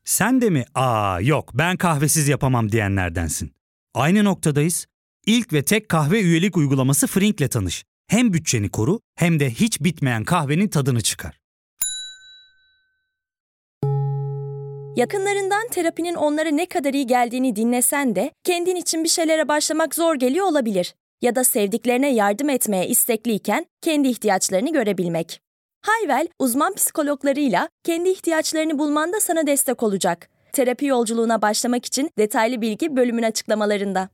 Sen de mi yok ben kahvesiz yapamam diyenlerdensin? Aynı noktadayız. İlk ve tek kahve üyelik uygulaması Frink'le tanış. Hem bütçeni koru hem de hiç bitmeyen kahvenin tadını çıkar. Yakınlarından terapinin onlara ne kadar iyi geldiğini dinlesen de kendin için bir şeylere başlamak zor geliyor olabilir. Ya da sevdiklerine yardım etmeye istekliyken kendi ihtiyaçlarını görebilmek. Hayvel, uzman psikologlarıyla kendi ihtiyaçlarını bulmanda sana destek olacak. Terapi yolculuğuna başlamak için detaylı bilgi bölümün açıklamalarında.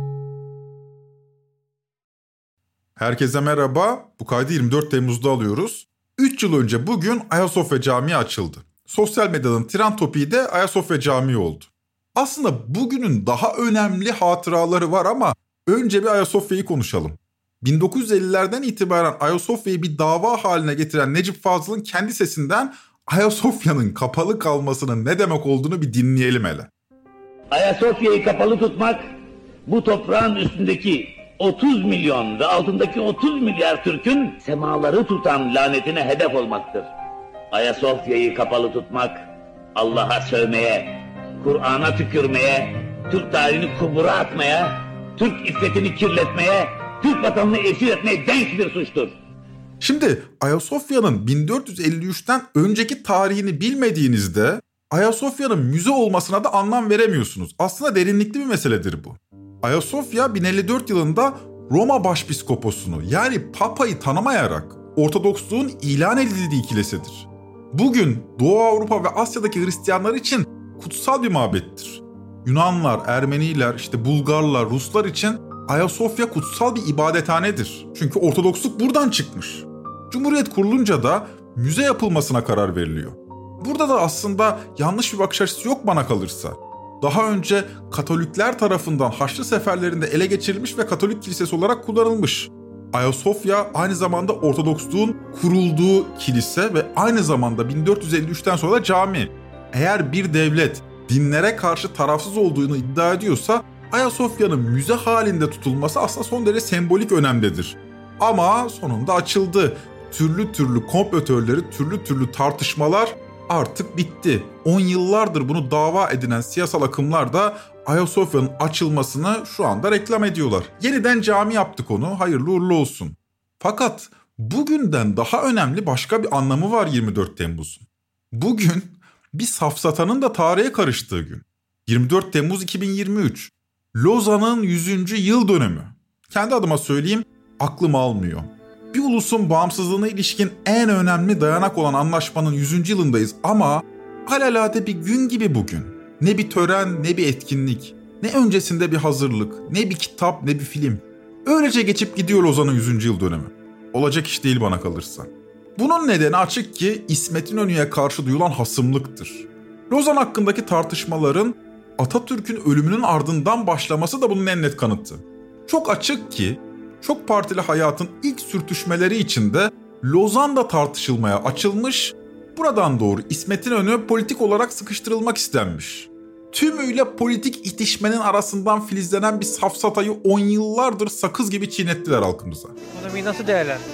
Herkese merhaba. Bu kaydı 24 Temmuz'da alıyoruz. 3 yıl önce bugün Ayasofya Camii açıldı. Sosyal medyanın trend topiği de Ayasofya Camii oldu. Aslında bugünün daha önemli hatıraları var ama önce bir Ayasofya'yı konuşalım. 1950'lerden itibaren Ayasofya'yı bir dava haline getiren Necip Fazıl'ın kendi sesinden Ayasofya'nın kapalı kalmasının ne demek olduğunu bir dinleyelim hele. Ayasofya'yı kapalı tutmak, bu toprağın üstündeki 30 milyon ve altındaki 30 milyar Türk'ün semaları tutan lanetine hedef olmaktır. Ayasofya'yı kapalı tutmak, Allah'a sövmeye, Kur'an'a tükürmeye, Türk tarihini kubura atmaya, Türk iffetini kirletmeye, Türk vatanını esir etmeye denk bir suçtur. Şimdi Ayasofya'nın 1453'ten önceki tarihini bilmediğinizde Ayasofya'nın müze olmasına da anlam veremiyorsunuz. Aslında derinlikli bir meseledir bu. Ayasofya 1054 yılında Roma Başpiskoposunu yani Papa'yı tanımayarak Ortodoksluğun ilan edildiği kilisidir. Bugün Doğu Avrupa ve Asya'daki Hristiyanlar için kutsal bir mabettir. Yunanlar, Ermeniler, Bulgarlar, Ruslar için Ayasofya kutsal bir ibadethanedir. Çünkü Ortodoksluk buradan çıkmış. Cumhuriyet kurulunca da müze yapılmasına karar veriliyor. Burada da aslında yanlış bir bakış açısı yok bana kalırsa. Daha önce Katolikler tarafından Haçlı seferlerinde ele geçirilmiş ve Katolik kilisesi olarak kullanılmış. Ayasofya aynı zamanda Ortodoksluğun kurulduğu kilise ve aynı zamanda 1453'ten sonra da cami. Eğer bir devlet dinlere karşı tarafsız olduğunu iddia ediyorsa Ayasofya'nın müze halinde tutulması aslında son derece sembolik önemdedir. Ama sonunda açıldı. Türlü türlü komplo teorileri, türlü türlü tartışmalar artık bitti. 10 yıllardır bunu dava edinen siyasal akımlar da Ayasofya'nın açılmasını şu anda reklam ediyorlar. Yeniden cami yaptık onu, hayırlı uğurlu olsun. Fakat bugünden daha önemli başka bir anlamı var 24 Temmuz'un. Bugün bir safsatanın da tarihe karıştığı gün. 24 Temmuz 2023. Lozan'ın 100. yıl dönümü. Kendi adıma söyleyeyim, aklım almıyor. Bir ulusun bağımsızlığına ilişkin en önemli dayanak olan anlaşmanın 100. yılındayız ama alelade bir gün gibi bugün. Ne bir tören, ne bir etkinlik, ne öncesinde bir hazırlık, ne bir kitap, ne bir film. Öylece geçip gidiyor Lozan'ın 100. yıl dönümü. Olacak iş değil bana kalırsa. Bunun nedeni açık ki İsmet İnönü'ye karşı duyulan hasımlıktır. Lozan hakkındaki tartışmaların Atatürk'ün ölümünün ardından başlaması da bunun en net kanıtı. Çok açık ki çok partili hayatın ilk sürtüşmeleri içinde Lozan da tartışılmaya açılmış, buradan doğru İsmet İnönü politik olarak sıkıştırılmak istenmiş. Tümüyle politik itişmenin arasından filizlenen bir safsatayı 10 yıllardır sakız gibi çiğnettiler halkımıza. Ekonomiyi nasıl değerlendirdin?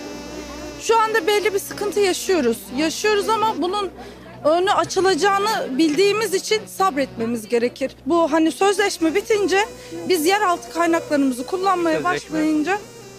Şu anda belli bir sıkıntı yaşıyoruz. Yaşıyoruz ama bunun önü açılacağını bildiğimiz için sabretmemiz gerekir. Bu sözleşme bitince biz yeraltı kaynaklarımızı kullanmaya başlayınca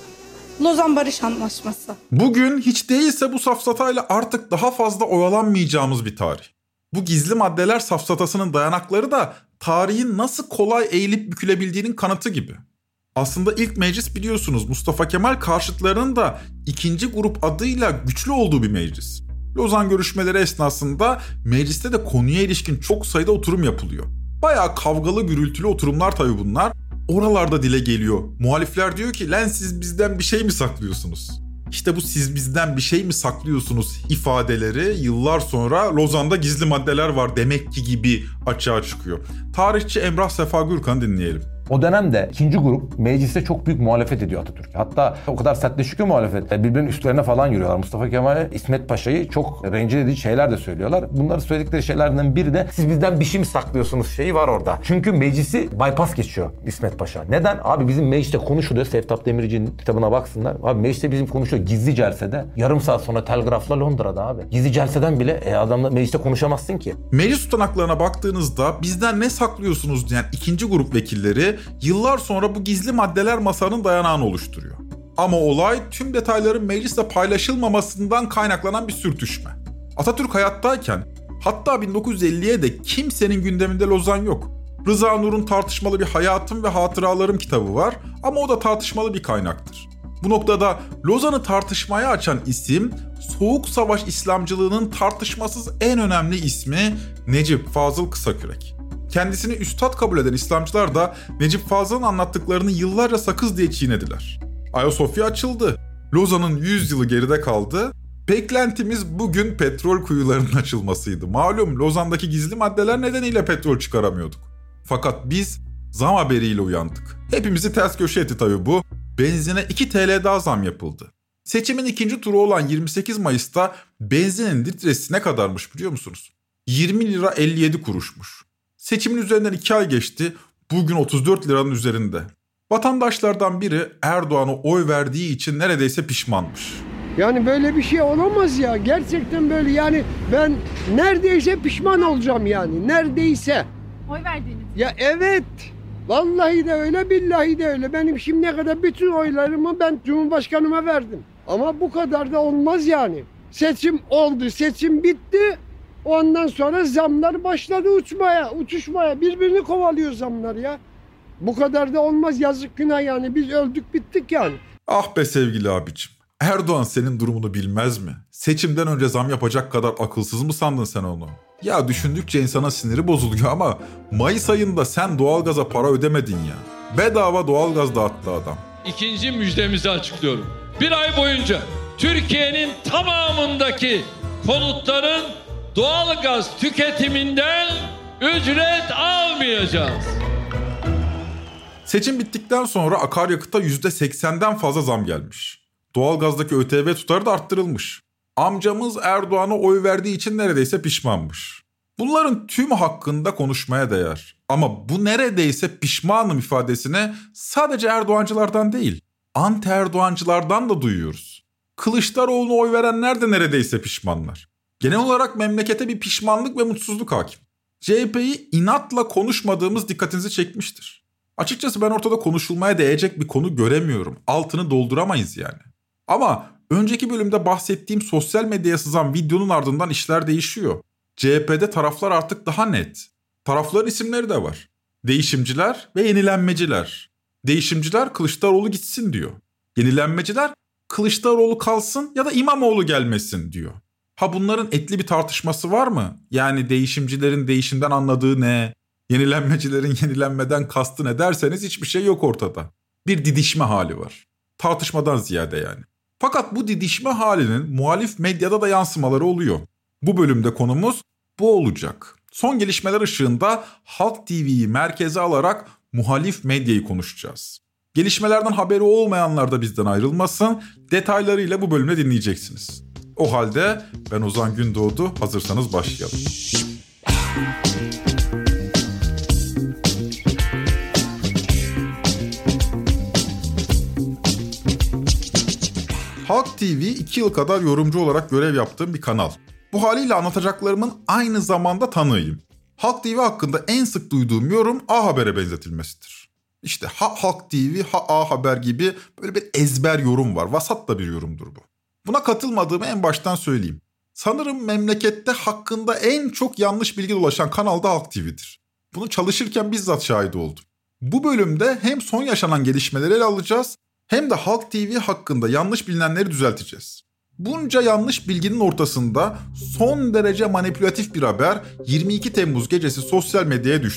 Lozan Barış Anlaşması. Bugün hiç değilse bu safsatayla artık daha fazla oyalanmayacağımız bir tarih. Bu gizli maddeler safsatasının dayanakları da tarihin nasıl kolay eğilip bükülebildiğinin kanıtı gibi. Aslında ilk meclis biliyorsunuz Mustafa Kemal karşıtlarının da ikinci grup adıyla güçlü olduğu bir meclis. Lozan görüşmeleri esnasında mecliste de konuya ilişkin çok sayıda oturum yapılıyor. Bayağı kavgalı gürültülü oturumlar tabii bunlar. Oralarda dile geliyor. Muhalifler diyor ki lan siz bizden bir şey mi saklıyorsunuz? İşte bu siz bizden bir şey mi saklıyorsunuz ifadeleri yıllar sonra Lozan'da gizli maddeler var demek ki gibi açığa çıkıyor. Tarihçi Emrah Sefa Gürkan'ı dinleyelim. O dönemde ikinci grup mecliste çok büyük muhalefet ediyor Atatürk'e. Hatta o kadar sertleşiyor ki muhalefet. Birbirinin üstlerine falan yürüyorlar. Mustafa Kemal'e, İsmet Paşa'yı çok rencide edici şeyler de söylüyorlar. Bunları söyledikleri şeylerden biri de siz bizden bir şey mi saklıyorsunuz şeyi var orada. Çünkü meclisi bypass geçiyor İsmet Paşa. Neden? Abi bizim mecliste konuşuluyor. Sevtap Demirci'nin kitabına baksınlar. Abi mecliste bizim konuşuyor gizli celsede. Yarım saat sonra telgrafla Londra'da abi. Gizli celseden bile adamla mecliste konuşamazsın ki. Meclis tutanaklarına baktığınızda bizden ne saklıyorsunuz diyen ikinci grup vekilleri yıllar sonra bu gizli maddeler masanın dayanağını oluşturuyor. Ama olay tüm detayların mecliste paylaşılmamasından kaynaklanan bir sürtüşme. Atatürk hayattayken hatta 1950'ye de kimsenin gündeminde Lozan yok. Rıza Nur'un tartışmalı bir Hayatım ve Hatıralarım kitabı var ama o da tartışmalı bir kaynaktır. Bu noktada Lozan'ı tartışmaya açan isim, Soğuk Savaş İslamcılığının tartışmasız en önemli ismi Necip Fazıl Kısakürek. Kendisini üstad kabul eden İslamcılar da Necip Fazıl'ın anlattıklarını yıllarca sakız diye çiğnediler. Ayasofya açıldı. Lozan'ın 100 yılı geride kaldı. Beklentimiz bugün petrol kuyularının açılmasıydı. Malum Lozan'daki gizli maddeler nedeniyle petrol çıkaramıyorduk. Fakat biz zam haberiyle uyandık. Hepimizi ters köşe etti tabii bu. Benzine 2 TL daha zam yapıldı. Seçimin ikinci turu olan 28 Mayıs'ta benzinin litresi ne kadarmış biliyor musunuz? 20 lira 57 kuruşmuş. Seçimin üzerinden 2 ay geçti. Bugün 34 liranın üzerinde. Vatandaşlardan biri Erdoğan'a oy verdiği için neredeyse pişmanmış. Yani böyle bir şey olamaz ya. Gerçekten böyle yani ben neredeyse pişman olacağım yani. Neredeyse. Oy verdiğiniz. Ya evet. Vallahi de öyle, billahi de öyle. Benim şimdiye kadar bütün oylarımı ben Cumhurbaşkanıma verdim. Ama bu kadar da olmaz yani. Seçim oldu, seçim bitti. Ondan sonra zamlar başladı uçuşmaya. Birbirini kovalıyor zamlar ya. Bu kadar da olmaz, yazık günah yani. Biz öldük bittik yani. Ah be sevgili abicim. Erdoğan senin durumunu bilmez mi? Seçimden önce zam yapacak kadar akılsız mı sandın sen onu? Ya düşündükçe insana siniri bozuluyor ama Mayıs ayında sen doğalgaza para ödemedin ya. Bedava doğalgaz dağıttı adam. İkinci müjdemizi açıklıyorum. Bir ay boyunca Türkiye'nin tamamındaki konutların doğalgaz tüketiminden ücret almayacağız. Seçim bittikten sonra akaryakıta %80'den fazla zam gelmiş. Doğalgazdaki ÖTV tutarı da arttırılmış. Amcamız Erdoğan'a oy verdiği için neredeyse pişmanmış. Bunların tümü hakkında konuşmaya değer. Ama bu neredeyse pişmanım ifadesini sadece Erdoğancılardan değil, anti-Erdoğancılardan da duyuyoruz. Kılıçdaroğlu'na oy verenler de neredeyse pişmanlar. Genel olarak memlekete bir pişmanlık ve mutsuzluk hakim. CHP'yi inatla konuşmadığımız dikkatinizi çekmiştir. Açıkçası ben ortada konuşulmaya değecek bir konu göremiyorum. Altını dolduramayız yani. Ama önceki bölümde bahsettiğim sosyal medyaya sızan videonun ardından işler değişiyor. CHP'de taraflar artık daha net. Tarafların isimleri de var. Değişimciler ve yenilenmeciler. Değişimciler Kılıçdaroğlu gitsin diyor. Yenilenmeciler Kılıçdaroğlu kalsın ya da İmamoğlu gelmesin diyor. Ha bunların etli bir tartışması var mı? Yani değişimcilerin değişimden anladığı ne? Yenilenmecilerin yenilenmeden kastı ne derseniz hiçbir şey yok ortada. Bir didişme hali var. Tartışmadan ziyade yani. Fakat bu didişme halinin muhalif medyada da yansımaları oluyor. Bu bölümde konumuz bu olacak. Son gelişmeler ışığında Halk TV'yi merkeze alarak muhalif medyayı konuşacağız. Gelişmelerden haberi olmayanlar da bizden ayrılmasın. Detaylarıyla bu bölümde dinleyeceksiniz. O halde ben Ozan Gündoğdu, hazırsanız başlayalım. Halk TV 2 yıl kadar yorumcu olarak görev yaptığım bir kanal. Bu haliyle anlatacaklarımın aynı zamanda tanığıyım. Halk TV hakkında en sık duyduğum yorum A Haber'e benzetilmesidir. İşte ha Halk TV, ha A Haber gibi böyle bir ezber yorum var. Vasat da bir yorumdur bu. Buna katılmadığımı en baştan söyleyeyim. Sanırım memlekette hakkında en çok yanlış bilgi dolaşan kanal da Halk TV'dir. Bunu çalışırken bizzat şahit oldum. Bu bölümde hem son yaşanan gelişmeleri ele alacağız, hem de Halk TV hakkında yanlış bilinenleri düzelteceğiz. Bunca yanlış bilginin ortasında son derece manipülatif bir haber 22 Temmuz gecesi sosyal medyaya düştü.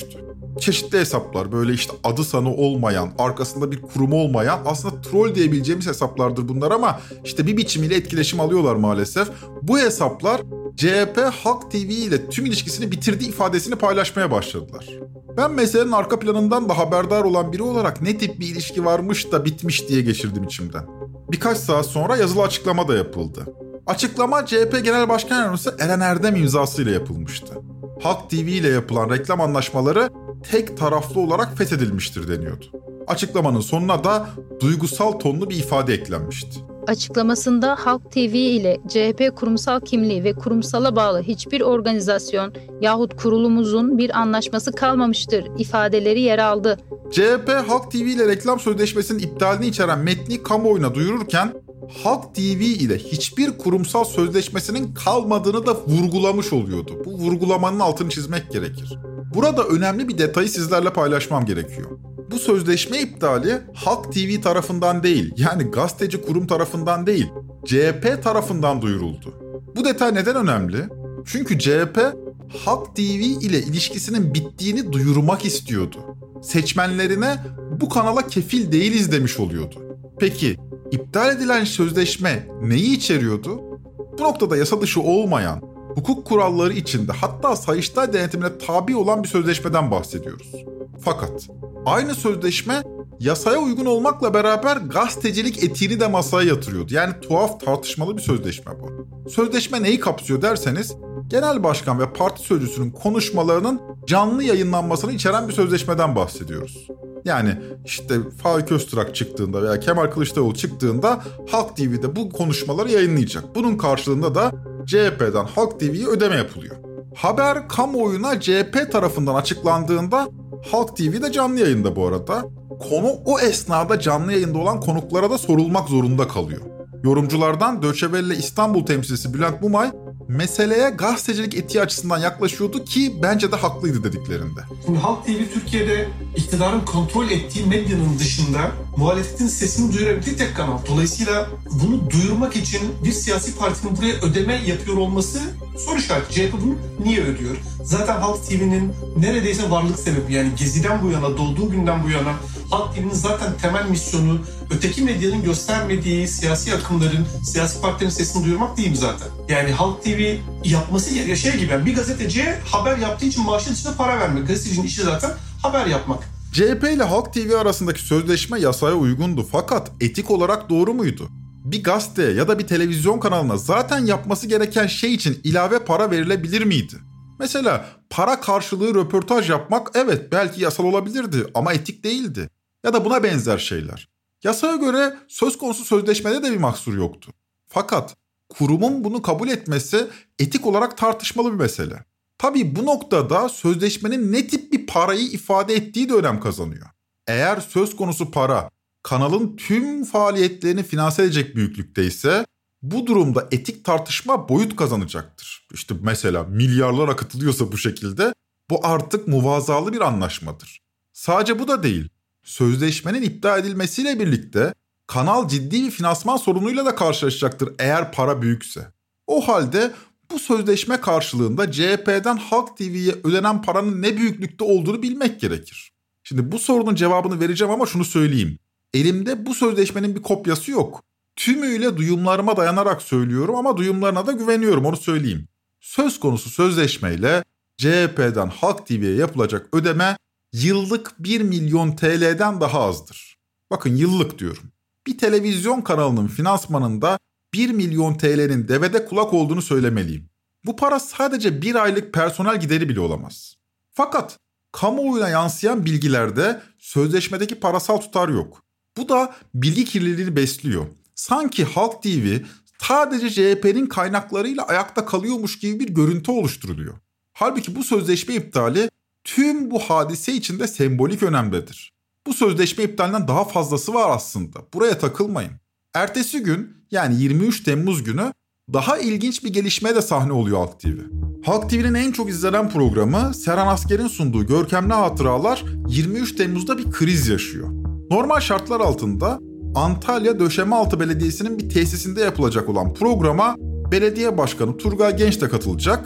Çeşitli hesaplar, böyle işte adı sanı olmayan, arkasında bir kurum olmayan, aslında troll diyebileceğimiz hesaplardır bunlar ama işte bir biçimiyle etkileşim alıyorlar maalesef. Bu hesaplar CHP Halk TV ile tüm ilişkisini bitirdiği ifadesini paylaşmaya başladılar. Ben meselenin arka planından da haberdar olan biri olarak ne tip bir ilişki varmış da bitmiş diye geçirdim içimden. Birkaç saat sonra yazılı açıklama da yapıldı. Açıklama CHP Genel Başkan Yardımcısı Eren Erdem imzasıyla yapılmıştı. Halk TV ile yapılan reklam anlaşmaları tek taraflı olarak feshedilmiştir deniyordu. Açıklamanın sonuna da duygusal tonlu bir ifade eklenmişti. Açıklamasında Halk TV ile CHP kurumsal kimliği ve kurumsala bağlı hiçbir organizasyon yahut kurulumuzun bir anlaşması kalmamıştır ifadeleri yer aldı. CHP Halk TV ile reklam sözleşmesinin iptalini içeren metni kamuoyuna duyururken Halk TV ile hiçbir kurumsal sözleşmesinin kalmadığını da vurgulamış oluyordu. Bu vurgulamanın altını çizmek gerekir. Burada önemli bir detayı sizlerle paylaşmam gerekiyor. Bu sözleşme iptali Halk TV tarafından değil, yani gazeteci kurum tarafından değil, CHP tarafından duyuruldu. Bu detay neden önemli? Çünkü CHP Halk TV ile ilişkisinin bittiğini duyurmak istiyordu. Seçmenlerine bu kanala kefil değiliz demiş oluyordu. Peki iptal edilen sözleşme neyi içeriyordu? Bu noktada yasa dışı olmayan, hukuk kuralları içinde hatta Sayıştay denetimine tabi olan bir sözleşmeden bahsediyoruz. Fakat aynı sözleşme yasaya uygun olmakla beraber gazetecilik etiğini de masaya yatırıyordu. Yani tuhaf, tartışmalı bir sözleşme bu. Sözleşme neyi kapsıyor derseniz, genel başkan ve parti sözcüsünün konuşmalarının canlı yayınlanmasını içeren bir sözleşmeden bahsediyoruz. Yani işte Faik Öztürk çıktığında veya Kemal Kılıçdaroğlu çıktığında Halk TV'de bu konuşmaları yayınlayacak. Bunun karşılığında da CHP'den Halk TV'ye ödeme yapılıyor. Haber kamuoyuna CHP tarafından açıklandığında Halk TV'de canlı yayında bu arada. Konu o esnada canlı yayında olan konuklara da sorulmak zorunda kalıyor. Yorumculardan Deutsche Welle İstanbul temsilcisi Bülent Mumay meseleye gazetecilik etiği açısından yaklaşıyordu ki bence de haklıydı dediklerinde. Şimdi Halk TV Türkiye'de iktidarın kontrol ettiği medyanın dışında muhalefetin sesini duyurabildiği tek kanal. Dolayısıyla bunu duyurmak için bir siyasi partinin buraya ödeme yapıyor olması soru işareti. CHP bunu niye ödüyor? Zaten Halk TV'nin neredeyse varlık sebebi, yani Gezi'den bu yana, doğduğu günden bu yana Halk TV'nin zaten temel misyonu öteki medyanın göstermediği siyasi akımların, siyasi partilerin sesini duyurmak değil mi zaten? Yani Halk TV yapması şey gibi, yani bir gazeteciye haber yaptığı için maaşın içinde para vermek. Gazetecinin işi zaten haber yapmak. CHP ile Halk TV arasındaki sözleşme yasaya uygundu fakat etik olarak doğru muydu? Bir gazeteye ya da bir televizyon kanalına zaten yapması gereken şey için ilave para verilebilir miydi? Mesela para karşılığı röportaj yapmak evet belki yasal olabilirdi ama etik değildi. Ya da buna benzer şeyler. Yasaya göre söz konusu sözleşmede de bir mahsur yoktu. Fakat kurumun bunu kabul etmesi etik olarak tartışmalı bir mesele. Tabii bu noktada sözleşmenin ne tip bir parayı ifade ettiği de önem kazanıyor. Eğer söz konusu para kanalın tüm faaliyetlerini finanse edecek büyüklükte ise bu durumda etik tartışma boyut kazanacaktır. İşte mesela milyarlar akıtılıyorsa bu şekilde bu artık muvazalı bir anlaşmadır. Sadece bu da değil. Sözleşmenin iptal edilmesiyle birlikte kanal ciddi bir finansman sorunuyla da karşılaşacaktır eğer para büyükse. O halde bu sözleşme karşılığında CHP'den Halk TV'ye ödenen paranın ne büyüklükte olduğunu bilmek gerekir. Şimdi bu sorunun cevabını vereceğim ama şunu söyleyeyim. Elimde bu sözleşmenin bir kopyası yok. Tümüyle duyumlarıma dayanarak söylüyorum ama duyumlarına da güveniyorum, onu söyleyeyim. Söz konusu sözleşmeyle CHP'den Halk TV'ye yapılacak ödeme yıllık 1 milyon TL'den daha azdır. Bakın yıllık diyorum. Bir televizyon kanalının finansmanında 1 milyon TL'nin devede kulak olduğunu söylemeliyim. Bu para sadece bir aylık personel gideri bile olamaz. Fakat kamuoyuna yansıyan bilgilerde sözleşmedeki parasal tutar yok. Bu da bilgi kirliliğini besliyor. Sanki Halk TV sadece CHP'nin kaynaklarıyla ayakta kalıyormuş gibi bir görüntü oluşturuluyor. Halbuki bu sözleşme iptali tüm bu hadise içinde sembolik önemdedir. Bu sözleşme iptalinden daha fazlası var aslında. Buraya takılmayın. Ertesi gün yani 23 Temmuz günü daha ilginç bir gelişmeye de sahne oluyor Halk TV. Halk TV'nin en çok izlenen programı Serhan Asker'in sunduğu Görkemli Hatıralar 23 Temmuz'da bir kriz yaşıyor. Normal şartlar altında Antalya Döşemealtı Belediyesi'nin bir tesisinde yapılacak olan programa belediye başkanı Turgay Genç de katılacak.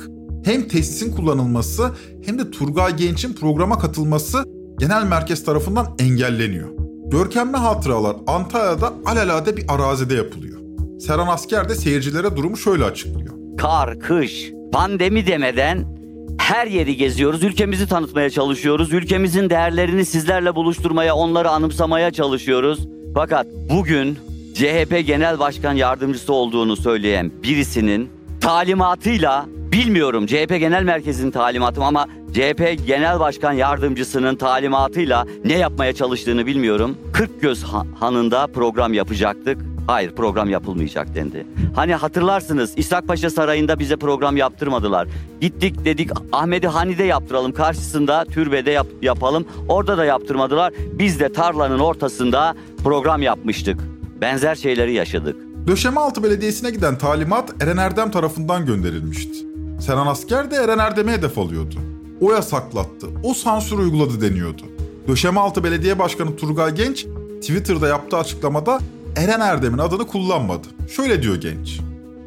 Hem tesisin kullanılması hem de Turgay Genç'in programa katılması genel merkez tarafından engelleniyor. Görkemli hatıralar Antalya'da alelade bir arazide yapılıyor. Serhan Asker de seyircilere durumu şöyle açıklıyor. Kar, kış, pandemi demeden her yeri geziyoruz. Ülkemizi tanıtmaya çalışıyoruz. Ülkemizin değerlerini sizlerle buluşturmaya, onları anımsamaya çalışıyoruz. Fakat bugün CHP Genel Başkan Yardımcısı olduğunu söyleyen birisinin talimatıyla, bilmiyorum CHP Genel Merkezi'nin talimatı mı ama CHP Genel Başkan Yardımcısının talimatıyla ne yapmaya çalıştığını bilmiyorum. Kırkgöz Hanı'nda program yapacaktık. Hayır, program yapılmayacak dendi. Hani hatırlarsınız İshak Paşa Sarayı'nda bize program yaptırmadılar. Gittik dedik Ahmedi Hani'de yaptıralım, karşısında türbede yapalım. Orada da yaptırmadılar. Biz de tarlanın ortasında program yapmıştık. Benzer şeyleri yaşadık. Döşemealtı Belediyesi'ne giden talimat Eren Erdem tarafından gönderilmişti. Serhan Asker de Eren Erdem'e hedef alıyordu. O yasaklattı, o sansür uyguladı deniyordu. Döşemealtı Belediye Başkanı Turgay Genç Twitter'da yaptığı açıklamada Eren Erdem'in adını kullanmadı. Şöyle diyor Genç.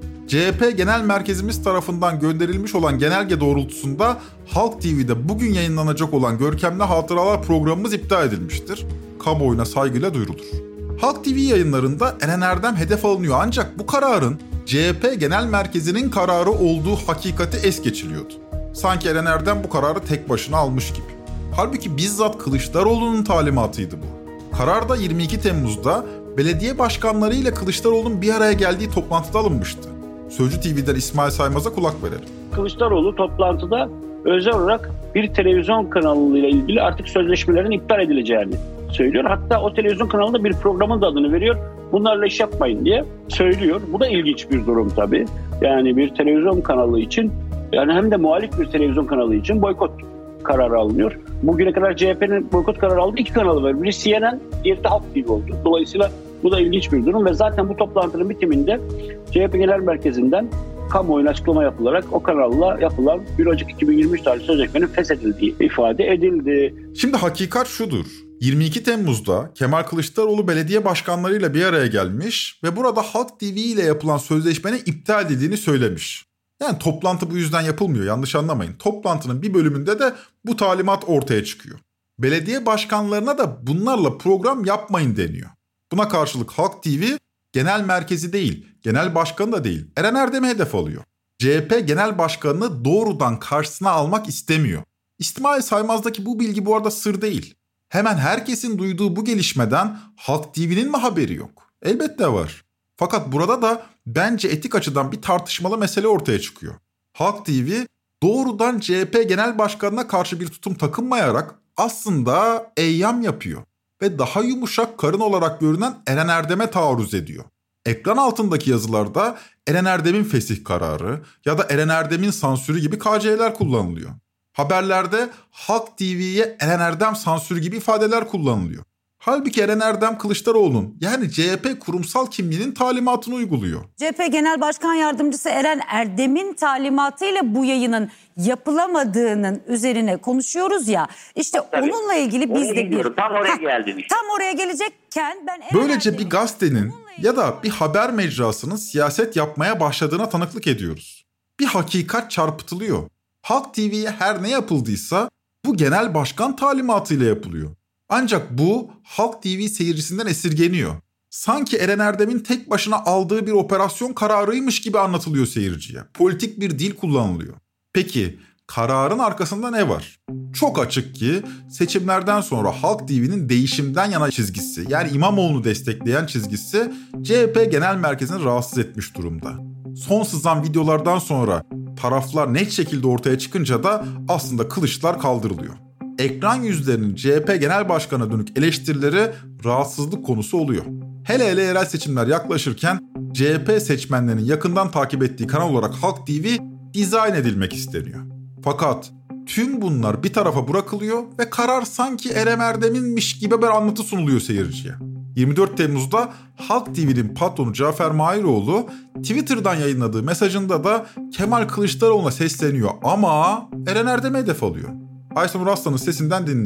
CHP Genel Merkezimiz tarafından gönderilmiş olan genelge doğrultusunda Halk TV'de bugün yayınlanacak olan Görkemli Hatıralar programımız iptal edilmiştir. Kamuoyuna saygıyla duyurulur. Halk TV yayınlarında Eren Erdem hedef alınıyor ancak bu kararın CHP Genel Merkezi'nin kararı olduğu hakikati es geçiliyordu. Sanki Eren Erdem bu kararı tek başına almış gibi. Halbuki bizzat Kılıçdaroğlu'nun talimatıydı bu. Karar da 22 Temmuz'da belediye başkanlarıyla Kılıçdaroğlu'nun bir araya geldiği toplantıda alınmıştı. Sözcü TV'den İsmail Saymaz'a kulak verelim. Kılıçdaroğlu toplantıda özel olarak bir televizyon kanalıyla ilgili artık sözleşmelerin iptal edileceğini söylüyor. Hatta o televizyon kanalında bir programın da adını veriyor. Bunlarla iş yapmayın diye söylüyor. Bu da ilginç bir durum tabii. Yani bir televizyon kanalı için, yani hem de muhalif bir televizyon kanalı için boykot kararı alınıyor. Bugüne kadar CHP'nin boykot kararı aldığı 2 kanalı var. Biri CNN, diğeri de Halk TV oldu. Dolayısıyla bu da ilginç bir durum ve zaten bu toplantının bitiminde CHP Genel Merkezi'nden kamuoyuna açıklama yapılarak o kanalla yapılan 1 Ocak 2023 tarihli sözleşmenin feshedildiği ifade edildi. Şimdi hakikat şudur. 22 Temmuz'da Kemal Kılıçdaroğlu belediye başkanlarıyla bir araya gelmiş ve burada Halk TV ile yapılan sözleşmenin iptal edildiğini söylemiş. Yani toplantı bu yüzden yapılmıyor, yanlış anlamayın. Toplantının bir bölümünde de bu talimat ortaya çıkıyor. Belediye başkanlarına da bunlarla program yapmayın deniyor. Buna karşılık Halk TV genel merkezi değil, genel başkanı da değil, Eren Erdem'i hedef alıyor. CHP genel başkanını doğrudan karşısına almak istemiyor. İsmail Saymaz'daki bu bilgi bu arada sır değil. Hemen herkesin duyduğu bu gelişmeden Halk TV'nin mi haberi yok? Elbette var. Fakat burada da bence etik açıdan bir tartışmalı mesele ortaya çıkıyor. Halk TV doğrudan CHP Genel Başkanı'na karşı bir tutum takınmayarak aslında eyyam yapıyor. Ve daha yumuşak karın olarak görünen Eren Erdem'e taarruz ediyor. Ekran altındaki yazılarda Eren Erdem'in fesih kararı ya da Eren Erdem'in sansürü gibi KC'ler kullanılıyor. Haberlerde Halk TV'ye Eren Erdem sansürü gibi ifadeler kullanılıyor. Halbuki Eren Erdem Kılıçdaroğlu'nun yani CHP kurumsal kimliğinin talimatını uyguluyor. CHP Genel Başkan Yardımcısı Eren Erdem'in talimatıyla bu yayının yapılamadığının üzerine konuşuyoruz ya. İşte tabii, onunla ilgili biz de bir... Tam oraya geldim işte. Tam oraya gelecekken ben... Böylece bir gazetenin ya da bir haber mecrasının siyaset yapmaya başladığına tanıklık ediyoruz. Bir hakikat çarpıtılıyor. Halk TV'ye her ne yapıldıysa bu genel başkan talimatıyla yapılıyor. Ancak bu Halk TV seyircisinden esirgeniyor. Sanki Eren Erdem'in tek başına aldığı bir operasyon kararıymış gibi anlatılıyor seyirciye. Politik bir dil kullanılıyor. Peki kararın arkasında ne var? Çok açık ki seçimlerden sonra Halk TV'nin değişimden yana çizgisi, yani İmamoğlu'nu destekleyen çizgisi CHP Genel Merkezi'ni rahatsız etmiş durumda. Son sızan videolardan sonra taraflar net şekilde ortaya çıkınca da aslında kılıçlar kaldırılıyor. Ekran yüzlerinin CHP Genel Başkanı'na dönük eleştirileri rahatsızlık konusu oluyor. Hele yerel seçimler yaklaşırken CHP seçmenlerinin yakından takip ettiği kanal olarak Halk TV dizayn edilmek isteniyor. Fakat tüm bunlar bir tarafa bırakılıyor ve karar sanki Eren Erdem'inmiş gibi bir anlatı sunuluyor seyirciye. 24 Temmuz'da Halk TV'nin patronu Cafer Mahiroğlu Twitter'dan yayınladığı mesajında da Kemal Kılıçdaroğlu'na sesleniyor ama Eren Erdem'e hedef alıyor. Aysunur Aslan'ın sesinden dinleyelim.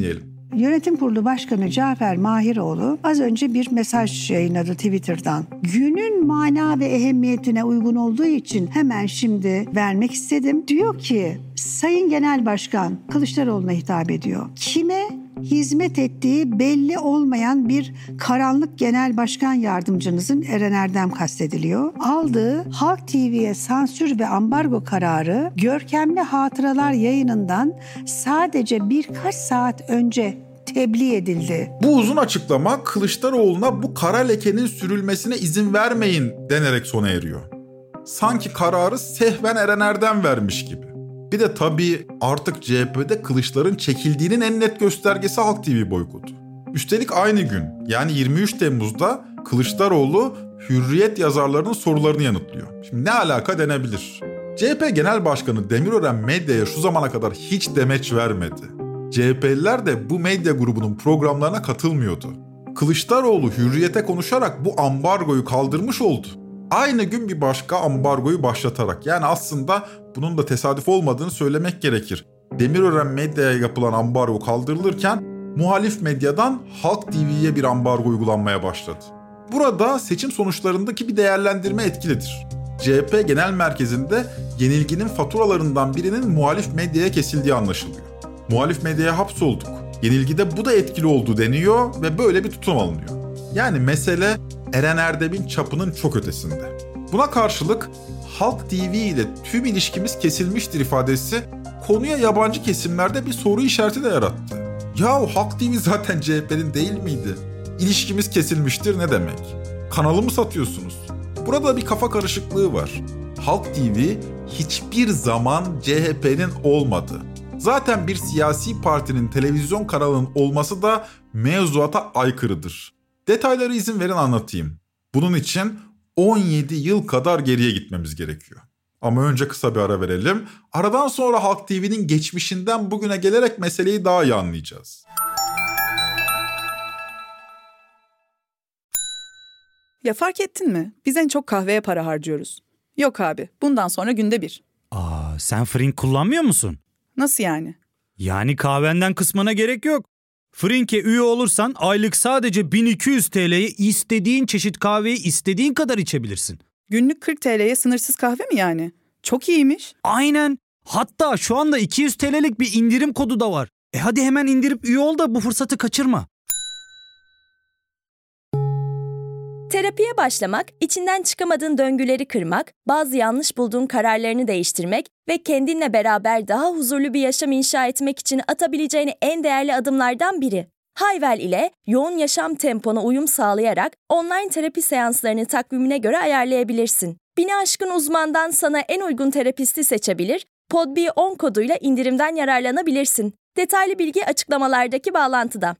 Yönetim Kurulu Başkanı Cafer Mahiroğlu az önce bir mesaj yayınladı Twitter'dan. Günün mana ve ehemmiyetine uygun olduğu için hemen şimdi vermek istedim. Diyor ki, Sayın Genel Başkan Kılıçdaroğlu'na hitap ediyor. Kime hizmet ettiği belli olmayan bir karanlık genel başkan yardımcınızın Eren Erdem kastediliyor. Aldığı Halk TV'ye sansür ve ambargo kararı Görkemli Hatıralar yayınından sadece birkaç saat önce tebliğ edildi. Bu uzun açıklama Kılıçdaroğlu'na bu kara lekenin sürülmesine izin vermeyin denerek sona eriyor. Sanki kararı sehven Eren Erdem vermiş gibi. Bir de tabii artık CHP'de kılıçların çekildiğinin en net göstergesi Halk TV boykotu. Üstelik aynı gün, yani 23 Temmuz'da Kılıçdaroğlu Hürriyet yazarlarının sorularını yanıtlıyor. Şimdi ne alaka denebilir? CHP Genel Başkanı Demirören medyaya şu zamana kadar hiç demeç vermedi. CHP'liler de bu medya grubunun programlarına katılmıyordu. Kılıçdaroğlu Hürriyet'e konuşarak bu ambargoyu kaldırmış oldu. Aynı gün bir başka ambargoyu başlatarak, yani aslında bunun da tesadüf olmadığını söylemek gerekir. Demirören medyaya yapılan ambargo kaldırılırken muhalif medyadan Halk TV'ye bir ambargo uygulanmaya başladı. Burada seçim sonuçlarındaki bir değerlendirme etkilidir. CHP Genel Merkezi'nde yenilginin faturalarından birinin muhalif medyaya kesildiği anlaşılıyor. Muhalif medyaya hapsolduk. Yenilgide bu da etkili oldu deniyor ve böyle bir tutum alınıyor. Yani mesele Eren Erdem'in çapının çok ötesinde. Buna karşılık Halk TV ile tüm ilişkimiz kesilmiştir ifadesi konuya yabancı kesimlerde bir soru işareti de yarattı. Yahu Halk TV zaten CHP'nin değil miydi? İlişkimiz kesilmiştir ne demek? Kanalı mı satıyorsunuz? Burada bir kafa karışıklığı var. Halk TV hiçbir zaman CHP'nin olmadı. Zaten bir siyasi partinin televizyon kanalının olması da mevzuata aykırıdır. Detayları izin verin anlatayım. Bunun için 17 yıl kadar geriye gitmemiz gerekiyor. Ama önce kısa bir ara verelim. Aradan sonra Halk TV'nin geçmişinden bugüne gelerek meseleyi daha iyi anlayacağız. Ya fark ettin mi? Biz en çok kahveye para harcıyoruz. Yok abi, bundan sonra günde bir. Sen Frink kullanmıyor musun? Nasıl yani? Yani kahvenden kısmına gerek yok. Frink'e üye olursan aylık sadece 1200 TL'ye istediğin çeşit kahveyi istediğin kadar içebilirsin. Günlük 40 TL'ye sınırsız kahve mi yani? Çok iyiymiş. Aynen. Hatta şu anda 200 TL'lik bir indirim kodu da var. Hadi hemen indirip üye ol da bu fırsatı kaçırma. Terapiye başlamak, içinden çıkamadığın döngüleri kırmak, bazı yanlış bulduğun kararlarını değiştirmek ve kendinle beraber daha huzurlu bir yaşam inşa etmek için atabileceğin en değerli adımlardan biri. Hayvel ile yoğun yaşam tempona uyum sağlayarak online terapi seanslarını takvimine göre ayarlayabilirsin. 1000'i aşkın uzmandan sana en uygun terapisti seçebilir, PodB10 koduyla indirimden yararlanabilirsin. Detaylı bilgi açıklamalardaki bağlantıda.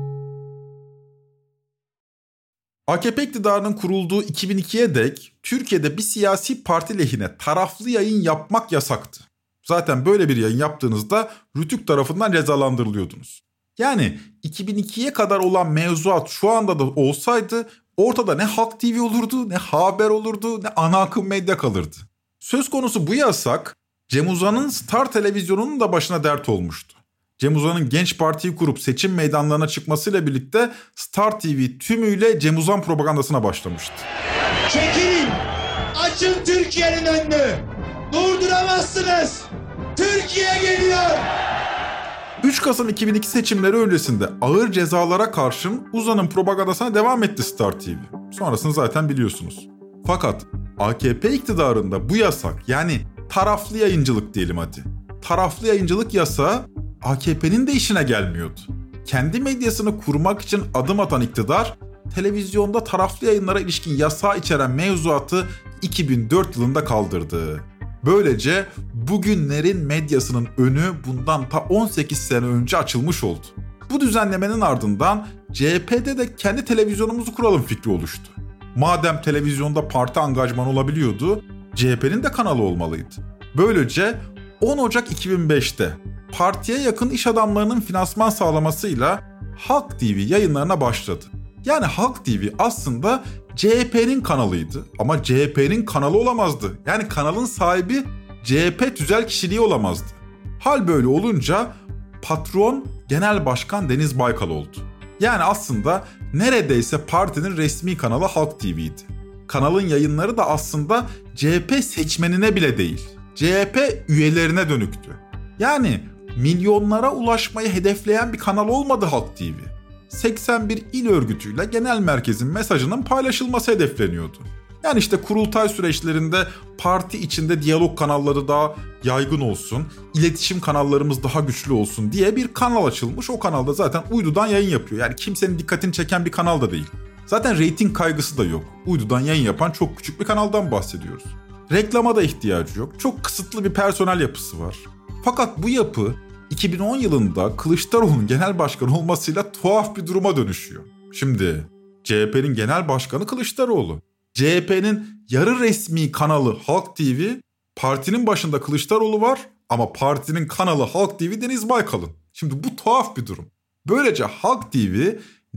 AKP iktidarının kurulduğu 2002'ye dek Türkiye'de bir siyasi parti lehine taraflı yayın yapmak yasaktı. Zaten böyle bir yayın yaptığınızda Rütük tarafından cezalandırılıyordunuz. Yani 2002'ye kadar olan mevzuat şu anda da olsaydı ortada ne Halk TV olurdu, ne Haber olurdu, ne ana akım medya kalırdı. Söz konusu bu yasak Cem Uzan'ın Star Televizyonu'nun da başına dert olmuştu. Cem Uzan'ın Genç Parti'yi kurup seçim meydanlarına çıkmasıyla birlikte Star TV tümüyle Cem Uzan propagandasına başlamıştı. Çekilin! Açın Türkiye'nin önünü! Durduramazsınız! Türkiye geliyor! 3 Kasım 2002 seçimleri öncesinde ağır cezalara karşın Uzan'ın propagandasına devam etti Star TV. Sonrasını zaten biliyorsunuz. Fakat AKP iktidarında bu yasak, yani taraflı yayıncılık diyelim hadi. Taraflı yayıncılık yasağı AKP'nin de işine gelmiyordu. Kendi medyasını kurmak için adım atan iktidar, televizyonda taraflı yayınlara ilişkin yasağı içeren mevzuatı 2004 yılında kaldırdı. Böylece bugünlerin medyasının önü bundan ta 18 sene önce açılmış oldu. Bu düzenlemenin ardından CHP'de de kendi televizyonumuzu kuralım fikri oluştu. Madem televizyonda parti angajmanı olabiliyordu, CHP'nin de kanalı olmalıydı. Böylece 10 Ocak 2005'te partiye yakın iş adamlarının finansman sağlamasıyla Halk TV yayınlarına başladı. Yani Halk TV aslında CHP'nin kanalıydı ama CHP'nin kanalı olamazdı. Yani kanalın sahibi CHP tüzel kişiliği olamazdı. Hal böyle olunca patron Genel Başkan Deniz Baykal oldu. Yani aslında neredeyse partinin resmi kanalı Halk TV'ydi. Kanalın yayınları da aslında CHP seçmenine bile değil, CHP üyelerine dönüktü. Yani milyonlara ulaşmayı hedefleyen bir kanal olmadı Halk TV. 81 il örgütüyle genel merkezin mesajının paylaşılması hedefleniyordu. Yani işte kurultay süreçlerinde parti içinde diyalog kanalları daha yaygın olsun, iletişim kanallarımız daha güçlü olsun diye bir kanal açılmış. O kanalda zaten uydudan yayın yapıyor. Yani kimsenin dikkatini çeken bir kanal da değil. Zaten reyting kaygısı da yok. Uydudan yayın yapan çok küçük bir kanaldan bahsediyoruz. Reklama da ihtiyacı yok. Çok kısıtlı bir personel yapısı var. Fakat bu yapı 2010 yılında Kılıçdaroğlu'nun genel başkan olmasıyla tuhaf bir duruma dönüşüyor. Şimdi CHP'nin genel başkanı Kılıçdaroğlu. CHP'nin yarı resmi kanalı Halk TV, partinin başında Kılıçdaroğlu var ama partinin kanalı Halk TV Deniz Baykal'ın. Şimdi bu tuhaf bir durum. Böylece Halk TV,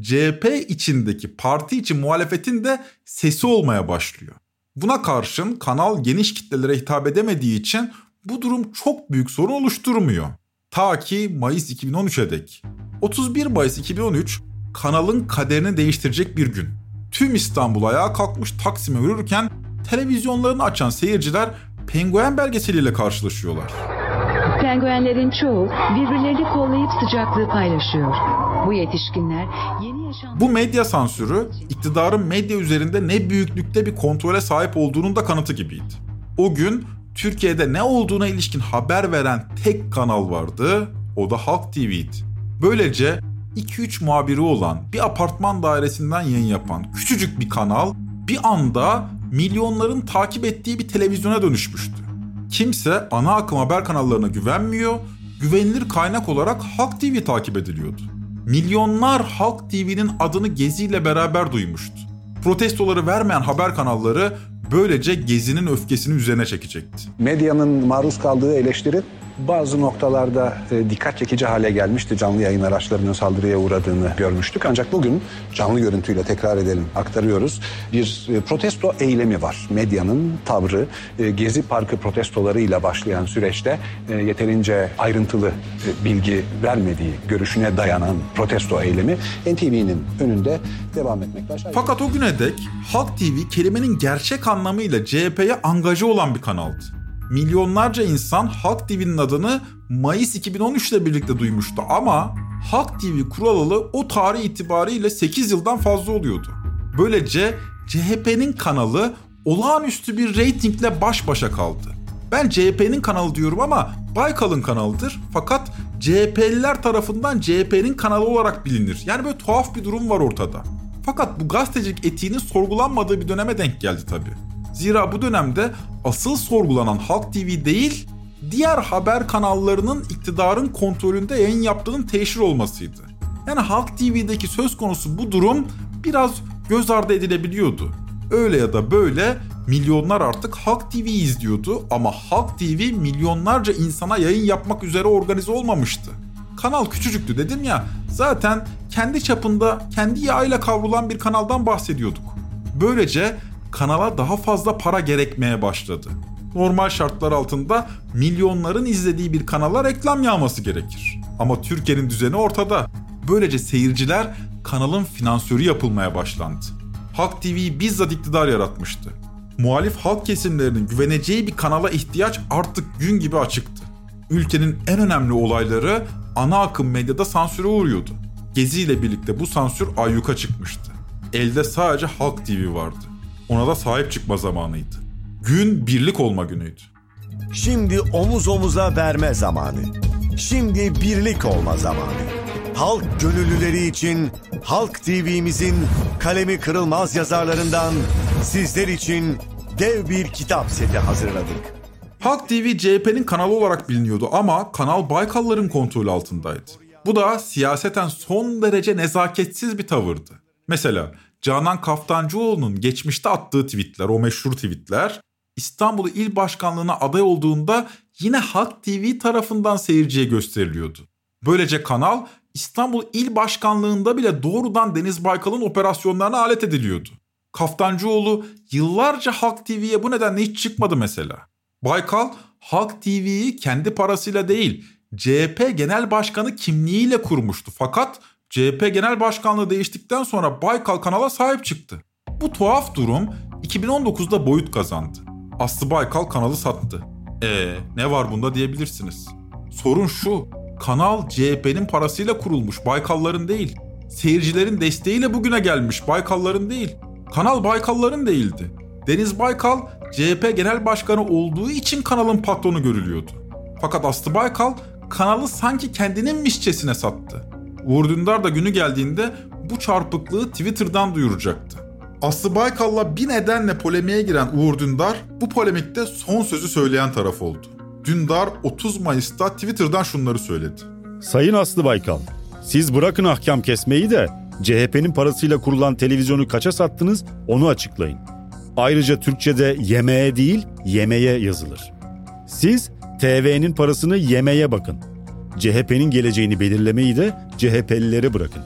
CHP içindeki parti içi muhalefetin de sesi olmaya başlıyor. Buna karşın kanal geniş kitlelere hitap edemediği için bu durum çok büyük sorun oluşturmuyor. Ta ki Mayıs 2013'e dek. 31 Mayıs 2013 kanalın kaderini değiştirecek bir gün. Tüm İstanbul ayağa kalkmış Taksim'e yürürken televizyonlarını açan seyirciler penguen belgeseliyle karşılaşıyorlar. Penguenlerin çoğu birbirlerini kollayıp sıcaklığı paylaşıyor. Bu yetişkinler yeni yaşam... Bu medya sansürü iktidarın medya üzerinde ne büyüklükte bir kontrole sahip olduğunun da kanıtı gibiydi. O gün Türkiye'de ne olduğuna ilişkin haber veren tek kanal vardı, o da Halk TV'ydi. Böylece 2-3 muhabiri olan bir apartman dairesinden yayın yapan küçücük bir kanal bir anda milyonların takip ettiği bir televizyona dönüşmüştü. Kimse ana akım haber kanallarına güvenmiyor, güvenilir kaynak olarak Halk TV takip ediliyordu. Milyonlar Halk TV'nin adını Gezi ile beraber duymuştu. Protestoları vermeyen haber kanalları böylece Gezi'nin öfkesini üzerine çekecekti. Medyanın maruz kaldığı eleştiri bazı noktalarda dikkat çekici hale gelmişti. Canlı yayın araçlarının saldırıya uğradığını görmüştük. Ancak bugün canlı görüntüyle tekrar edelim, aktarıyoruz. Bir protesto eylemi var. Medyanın tavrı Gezi Parkı protestolarıyla başlayan süreçte yeterince ayrıntılı bilgi vermediği görüşüne dayanan protesto eylemi NTV'nin önünde devam etmekte. Fakat o güne dek Halk TV kelimenin gerçek anlamıyla CHP'ye angaje olan bir kanaldı. Milyonlarca insan Halk TV'nin adını Mayıs 2013 ile birlikte duymuştu ama Halk TV kurulalı o tarih itibariyle 8 yıldan fazla oluyordu. Böylece CHP'nin kanalı olağanüstü bir reytingle baş başa kaldı. Ben CHP'nin kanalı diyorum ama Baykal'ın kanalıdır. Fakat CHP'liler tarafından CHP'nin kanalı olarak bilinir. Yani böyle tuhaf bir durum var ortada. Fakat bu gazetecilik etiğinin sorgulanmadığı bir döneme denk geldi tabii. Zira bu dönemde asıl sorgulanan Halk TV değil, diğer haber kanallarının iktidarın kontrolünde yayın yaptığının teşhir olmasıydı. Yani Halk TV'deki söz konusu bu durum biraz göz ardı edilebiliyordu. Öyle ya da böyle milyonlar artık Halk TV'yi izliyordu ama Halk TV milyonlarca insana yayın yapmak üzere organize olmamıştı. Kanal küçücüktü dedim ya, zaten kendi çapında, kendi yağıyla kavrulan bir kanaldan bahsediyorduk. Böylece kanala daha fazla para gerekmeye başladı. Normal şartlar altında milyonların izlediği bir kanala reklam yağması gerekir. Ama Türkiye'nin düzeni ortada. Böylece seyirciler kanalın finansörü yapılmaya başlandı. Halk TV'yi bizzat iktidar yaratmıştı. Muhalif halk kesimlerinin güveneceği bir kanala ihtiyaç artık gün gibi açıktı. Ülkenin en önemli olayları ana akım medyada sansüre uğruyordu. Gezi ile birlikte bu sansür ayyuka çıkmıştı. Elde sadece Halk TV vardı. Ona da sahip çıkma zamanıydı. Gün birlik olma günüydü. Şimdi omuz omuza verme zamanı. Şimdi birlik olma zamanı. Halk gönüllüleri için Halk TV'mizin kalemi kırılmaz yazarlarından sizler için dev bir kitap seti hazırladık. Halk TV CHP'nin kanalı olarak biliniyordu ama kanal Baykalların kontrolü altındaydı. Bu da siyaseten son derece nezaketsiz bir tavırdı. Mesela Canan Kaftancıoğlu'nun geçmişte attığı tweetler, o meşhur tweetler, İstanbul İl Başkanlığı'na aday olduğunda yine Halk TV tarafından seyirciye gösteriliyordu. Böylece kanal İstanbul İl Başkanlığı'nda bile doğrudan Deniz Baykal'ın operasyonlarına alet ediliyordu. Kaftancıoğlu yıllarca Halk TV'ye bu nedenle hiç çıkmadı mesela. Baykal, Halk TV'yi kendi parasıyla değil, CHP Genel Başkanı kimliğiyle kurmuştu. Fakat CHP Genel Başkanlığı değiştikten sonra Baykal kanala sahip çıktı. Bu tuhaf durum 2019'da boyut kazandı. Aslı Baykal kanalı sattı. Ne var bunda diyebilirsiniz. Sorun şu, kanal CHP'nin parasıyla kurulmuş, Baykalların değil. Seyircilerin desteğiyle bugüne gelmiş, Baykalların değil. Kanal Baykalların değildi. Deniz Baykal CHP Genel Başkanı olduğu için kanalın patronu görülüyordu. Fakat Aslı Baykal kanalı sanki kendininmişçesine sattı. Uğur Dündar da günü geldiğinde bu çarpıklığı Twitter'dan duyuracaktı. Aslı Baykal'la bir nedenle polemiğe giren Uğur Dündar bu polemikte son sözü söyleyen taraf oldu. Dündar 30 Mayıs'ta Twitter'dan şunları söyledi. Sayın Aslı Baykal, siz bırakın ahkam kesmeyi de CHP'nin parasıyla kurulan televizyonu kaça sattınız onu açıklayın. Ayrıca Türkçe'de yemeğe değil yemeye yazılır. Siz TV'nin parasını yemeye bakın. CHP'nin geleceğini belirlemeyi de CHP'lilere bırakın.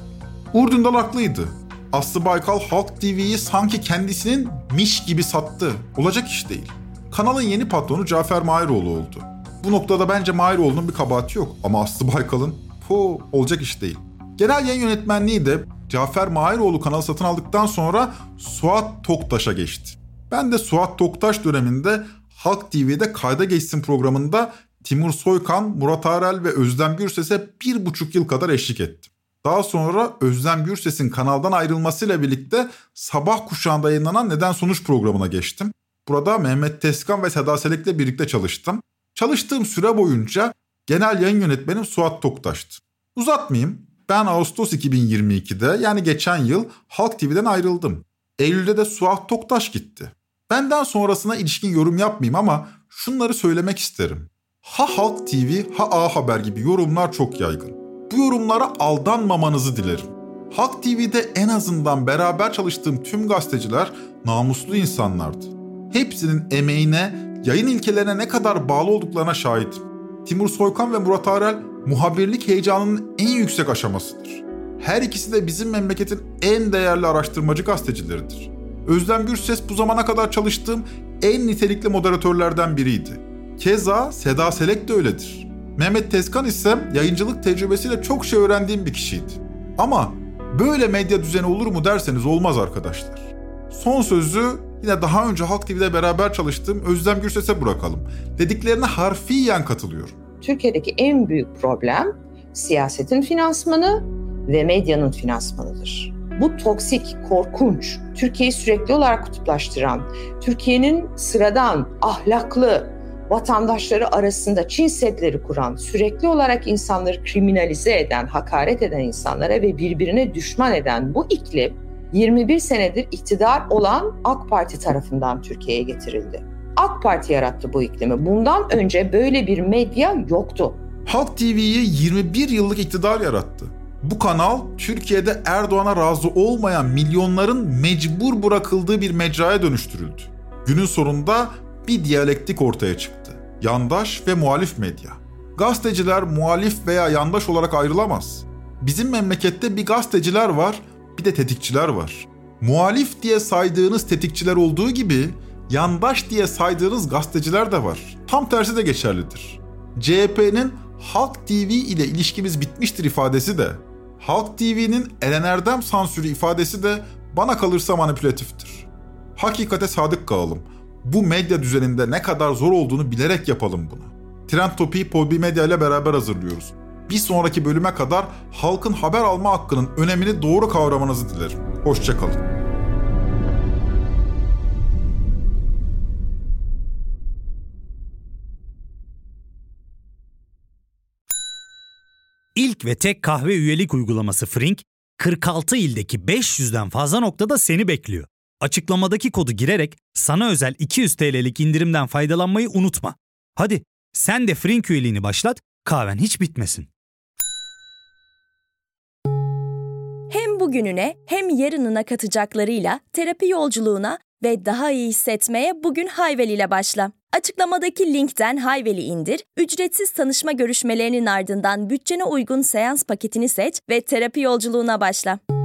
Uğur Dündar haklıydı. Aslı Baykal Halk TV'yi sanki kendisinin miş gibi sattı. Olacak iş değil. Kanalın yeni patronu Cafer Mahiroğlu oldu. Bu noktada bence Mahiroğlu'nun bir kabahati yok. Ama Aslı Baykal'ın olacak iş değil. Genel yayın yönetmenliği de Cafer Mahiroğlu kanalı satın aldıktan sonra Suat Toktaş'a geçti. Ben de Suat Toktaş döneminde Halk TV'de Kayda Geçsin programında Timur Soykan, Murat Arel ve Özlem Gürses'e 1,5 yıl kadar eşlik ettim. Daha sonra Özlem Gürses'in kanaldan ayrılmasıyla birlikte sabah kuşağında yayınlanan Neden Sonuç programına geçtim. Burada Mehmet Tezkan ve Seda Selek'le birlikte çalıştım. Çalıştığım süre boyunca genel yayın yönetmenim Suat Toktaş'tı. Uzatmayayım, ben Ağustos 2022'de yani geçen yıl Halk TV'den ayrıldım. Eylül'de de Suat Toktaş gitti. Benden sonrasına ilişkin yorum yapmayayım ama şunları söylemek isterim. Ha Halk TV ha A Haber gibi yorumlar çok yaygın. Bu yorumlara aldanmamanızı dilerim. Halk TV'de en azından beraber çalıştığım tüm gazeteciler namuslu insanlardı. Hepsinin emeğine, yayın ilkelerine ne kadar bağlı olduklarına şahidim. Timur Soykan ve Murat Arel muhabirlik heyecanının en yüksek aşamasıdır. Her ikisi de bizim memleketin en değerli araştırmacı gazetecileridir. Özlem Gürses bu zamana kadar çalıştığım en nitelikli moderatörlerden biriydi. Keza Seda Selek de öyledir. Mehmet Tezkan ise yayıncılık tecrübesiyle çok şey öğrendiğim bir kişiydi. Ama böyle medya düzeni olur mu derseniz olmaz arkadaşlar. Son sözü yine daha önce Halk TV'de beraber çalıştığım Özlem Gürses'e bırakalım. Dediklerine harfiyen katılıyorum. Türkiye'deki en büyük problem siyasetin finansmanı ve medyanın finansmanıdır. Bu toksik, korkunç, Türkiye'yi sürekli olarak kutuplaştıran, Türkiye'nin sıradan, ahlaklı vatandaşları arasında Çin Seddi'leri kuran, sürekli olarak insanları kriminalize eden, hakaret eden insanlara ve birbirine düşman eden bu iklim 21 senedir iktidar olan AK Parti tarafından Türkiye'ye getirildi. AK Parti yarattı bu iklimi. Bundan önce böyle bir medya yoktu. Halk TV'yi 21 yıllık iktidar yarattı. Bu kanal Türkiye'de Erdoğan'a razı olmayan milyonların mecbur bırakıldığı bir mecraya dönüştürüldü. Günün sonunda bir diyalektik ortaya çıktı. Yandaş ve muhalif medya. Gazeteciler muhalif veya yandaş olarak ayrılamaz. Bizim memlekette bir gazeteciler var, bir de tetikçiler var. Muhalif diye saydığınız tetikçiler olduğu gibi yandaş diye saydığınız gazeteciler de var. Tam tersi de geçerlidir. CHP'nin Halk TV ile ilişkimiz bitmiştir ifadesi de, Halk TV'nin Eren Erdem sansürü ifadesi de bana kalırsa manipülatiftir. Hakikate sadık kalalım. Bu medya düzeninde ne kadar zor olduğunu bilerek yapalım bunu. Trend Topi'yi Podbi Medya ile beraber hazırlıyoruz. Bir sonraki bölüme kadar halkın haber alma hakkının önemini doğru kavramanızı dilerim. Hoşça kalın. İlk ve tek kahve üyelik uygulaması Frink, 46 ildeki 500'den fazla noktada seni bekliyor. Açıklamadaki kodu girerek sana özel 200 TL'lik indirimden faydalanmayı unutma. Hadi sen de Frink üyeliğini başlat, kahven hiç bitmesin. Hem bugününe hem yarınına katacaklarıyla terapi yolculuğuna ve daha iyi hissetmeye bugün Hayvel ile başla. Açıklamadaki linkten Hayvel'i indir, ücretsiz tanışma görüşmelerinin ardından bütçene uygun seans paketini seç ve terapi yolculuğuna başla.